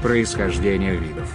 Происхождение видов.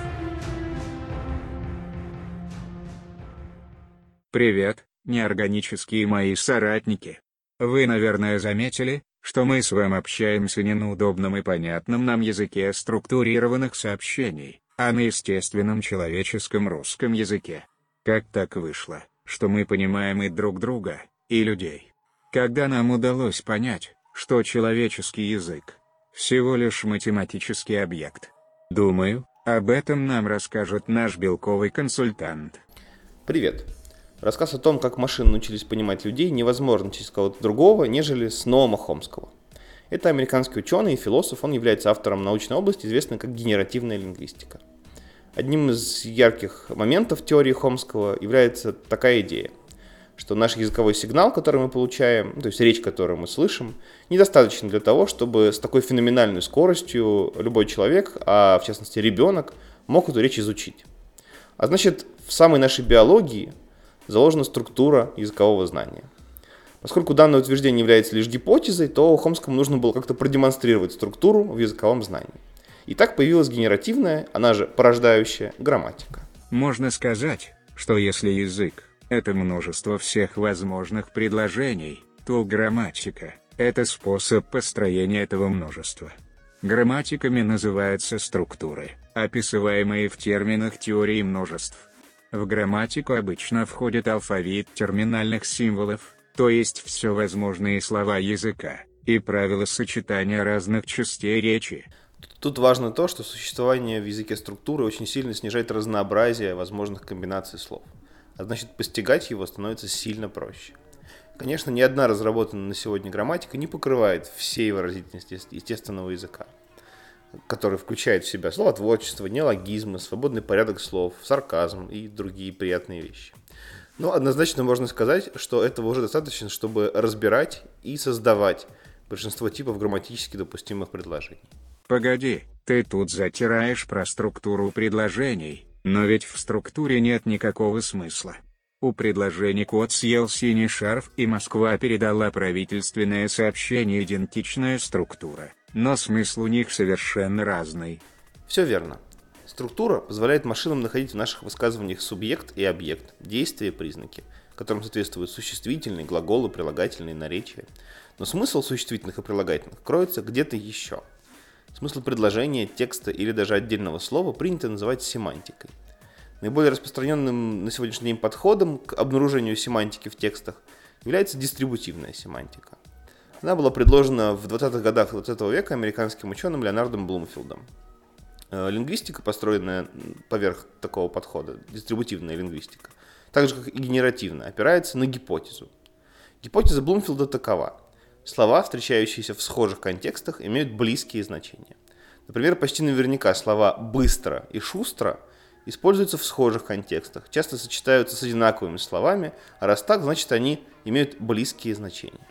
Привет, неорганические мои соратники. Вы, наверное, заметили, что мы с вами общаемся не на удобном и понятном нам языке структурированных сообщений, а на естественном человеческом русском языке. Как так вышло, что мы понимаем и друг друга, и людей? Когда нам удалось понять, что человеческий язык — всего лишь математический объект? Думаю, об этом нам расскажет наш белковый консультант. Привет. Рассказ о том, как машины научились понимать людей, невозможно через кого-то другого, нежели с Ноама Хомского. Это американский ученый и философ, он является автором научной области, известной как генеративная лингвистика. Одним из ярких моментов теории Хомского является такая идея, что наш языковой сигнал, который мы получаем, то есть речь, которую мы слышим, недостаточно для того, чтобы с такой феноменальной скоростью любой человек, а в частности ребенок, мог эту речь изучить. А значит, в самой нашей биологии заложена структура языкового знания. Поскольку данное утверждение является лишь гипотезой, то Хомскому нужно было как-то продемонстрировать структуру в языковом знании. И так появилась генеративная, она же порождающая, грамматика. Можно сказать, что если язык — это множество всех возможных предложений, то грамматика — это способ построения этого множества. Грамматиками называются структуры, описываемые в терминах теории множеств. В грамматику обычно входит алфавит терминальных символов, то есть все возможные слова языка, и правила сочетания разных частей речи. Тут важно то, что существование в языке структуры очень сильно снижает разнообразие возможных комбинаций слов. А значит, постигать его становится сильно проще. Конечно, ни одна разработанная на сегодня грамматика не покрывает всей выразительности естественного языка, который включает в себя словотворчество, неологизмы, свободный порядок слов, сарказм и другие приятные вещи. Но однозначно можно сказать, что этого уже достаточно, чтобы разбирать и создавать большинство типов грамматически допустимых предложений. Погоди, ты тут затираешь про структуру предложений, но ведь в структуре нет никакого смысла. У предложений «Кот съел синий шарф» и «Москва передала правительственное сообщение» идентичная структура, но смысл у них совершенно разный. Все верно. Структура позволяет машинам находить в наших высказываниях субъект и объект, действия и признаки, которым соответствуют существительные, глаголы, прилагательные, наречия. Но смысл существительных и прилагательных кроется где-то еще. Смысл предложения, текста или даже отдельного слова принято называть семантикой. Наиболее распространенным на сегодняшний день подходом к обнаружению семантики в текстах является дистрибутивная семантика. Она была предложена в 20-х годах 20 века американским ученым Леонардом Блумфилдом. Лингвистика, построенная поверх такого подхода, дистрибутивная лингвистика, так же как и генеративная, опирается на гипотезу. Гипотеза Блумфилда такова. Слова, встречающиеся в схожих контекстах, имеют близкие значения. Например, почти наверняка слова «быстро» и «шустро» используются в схожих контекстах, часто сочетаются с одинаковыми словами, а раз так, значит они имеют близкие значения.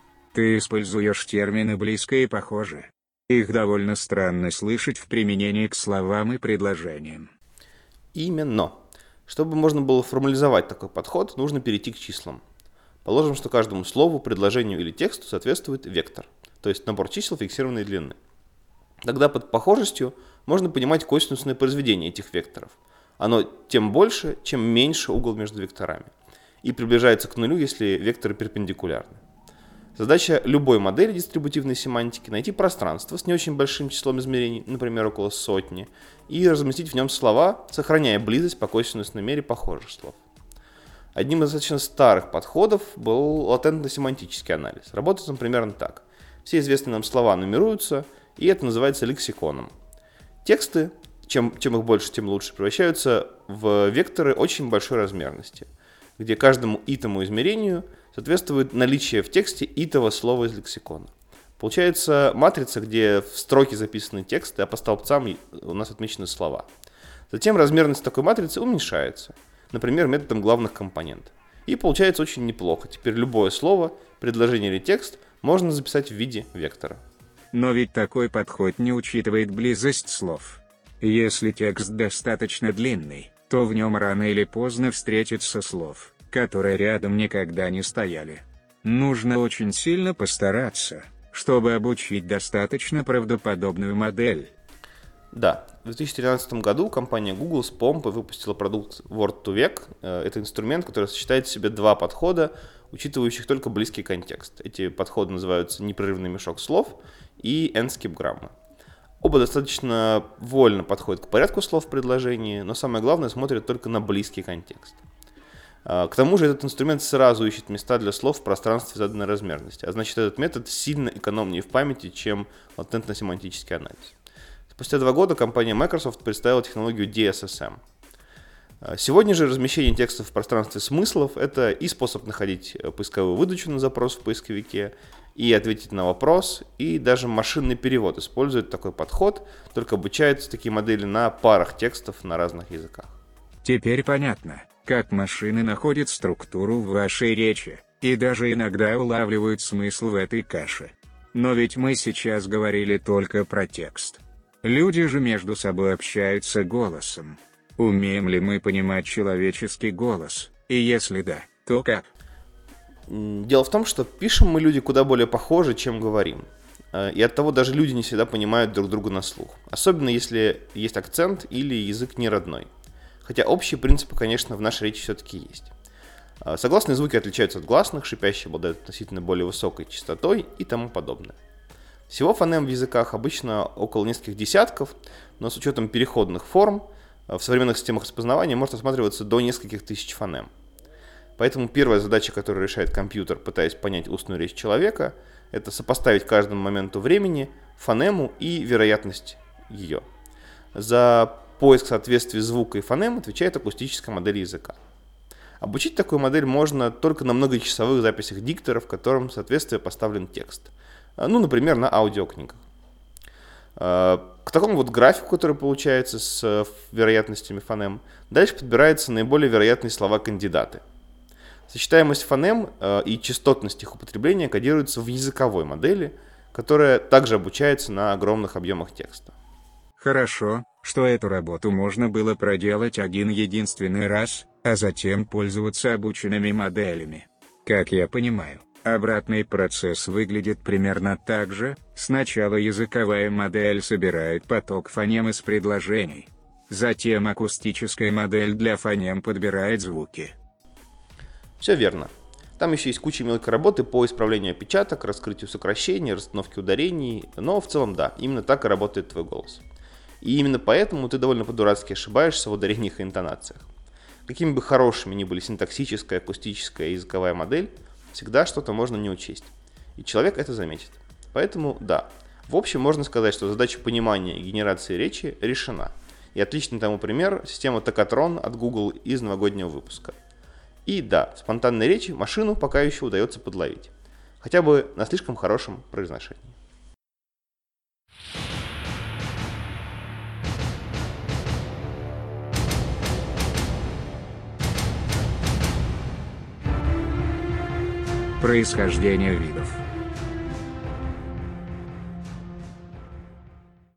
Ты используешь термины «близко» и «похоже». Их довольно странно слышать в применении к словам и предложениям. Именно. Чтобы можно было формализовать такой подход, нужно перейти к числам. Положим, что каждому слову, предложению или тексту соответствует вектор, то есть набор чисел фиксированной длины. Тогда под похожестью можно понимать косинусное произведение этих векторов. Оно тем больше, чем меньше угол между векторами. И приближается к нулю, если векторы перпендикулярны. Задача любой модели дистрибутивной семантики — найти пространство с не очень большим числом измерений, например, около 100, и разместить в нем слова, сохраняя близость по косинусной мере похожих слов. Одним из достаточно старых подходов был латентно-семантический анализ. Работает он примерно так. Все известные нам слова нумеруются, и это называется лексиконом. Тексты, чем их больше, тем лучше, превращаются в векторы очень большой размерности, где каждому итому измерению соответствует наличие в тексте итого слова из лексикона. Получается матрица, где в строке записаны тексты, а по столбцам у нас отмечены слова. Затем размерность такой матрицы уменьшается, например, методом главных компонентов. И получается очень неплохо. Теперь любое слово, предложение или текст можно записать в виде вектора. Но ведь такой подход не учитывает близость слов. Если текст достаточно длинный, то в нем рано или поздно встретится слов, которые рядом никогда не стояли. Нужно очень сильно постараться, чтобы обучить достаточно правдоподобную модель. Да, в 2013 году компания Google с помпой выпустила продукт Word2Vec. Это инструмент, который сочетает в себе два подхода, учитывающих только близкий контекст. Эти подходы называются непрерывный мешок слов и end-skip-грамма. Оба достаточно вольно подходят к порядку слов в предложении, но самое главное смотрят только на близкий контекст. К тому же этот инструмент сразу ищет места для слов в пространстве заданной размерности, а значит этот метод сильно экономнее в памяти, чем латентно-семантический анализ. Спустя 2 года компания Microsoft представила технологию DSSM. Сегодня же размещение текстов в пространстве смыслов – это и способ находить поисковую выдачу на запрос в поисковике, и ответить на вопрос, и даже машинный перевод использует такой подход, только обучаются такие модели на парах текстов на разных языках. Теперь понятно, как машины находят структуру в вашей речи, и даже иногда улавливают смысл в этой каше. Но ведь мы сейчас говорили только про текст. Люди же между собой общаются голосом. Умеем ли мы понимать человеческий голос, и если да, то как? Дело в том, что пишем мы люди куда более похожи, чем говорим. И оттого даже люди не всегда понимают друг друга на слух. Особенно если есть акцент или язык не родной. Хотя общие принципы, конечно, в нашей речи все-таки есть. Согласные звуки отличаются от гласных, шипящие обладают относительно более высокой частотой и тому подобное. Всего фонем в языках обычно около нескольких десятков, но с учетом переходных форм в современных системах распознавания может рассматриваться до нескольких тысяч фонем. Поэтому первая задача, которую решает компьютер, пытаясь понять устную речь человека, это сопоставить к каждому моменту времени фонему и вероятность ее. За поиск соответствия звука и фонем отвечает акустическая модель языка. Обучить такую модель можно только на многочасовых записях диктора, в котором соответствие поставлен текст. Например, на аудиокнигах. К такому вот графику, который получается с вероятностями фонем, дальше подбираются наиболее вероятные слова-кандидаты. Сочетаемость фонем и частотность их употребления кодируется в языковой модели, которая также обучается на огромных объемах текста. Хорошо, что эту работу можно было проделать один единственный раз, а затем пользоваться обученными моделями. Как я понимаю, обратный процесс выглядит примерно так же: сначала языковая модель собирает поток фонем из предложений. Затем акустическая модель для фонем подбирает звуки. Все верно. Там еще есть куча мелкой работы по исправлению опечаток, раскрытию сокращений, расстановке ударений, но в целом да, именно так и работает твой голос. И именно поэтому ты довольно по-дурацки ошибаешься в ударениях и интонациях. Какими бы хорошими ни были синтаксическая, акустическая и языковая модель, всегда что-то можно не учесть. И человек это заметит. Поэтому да, в общем можно сказать, что задача понимания и генерации речи решена. И отличный тому пример — система Tacotron от Google из новогоднего выпуска. И да, в спонтанной речи машину пока еще удается подловить. Хотя бы на слишком хорошем произношении. Происхождение видов.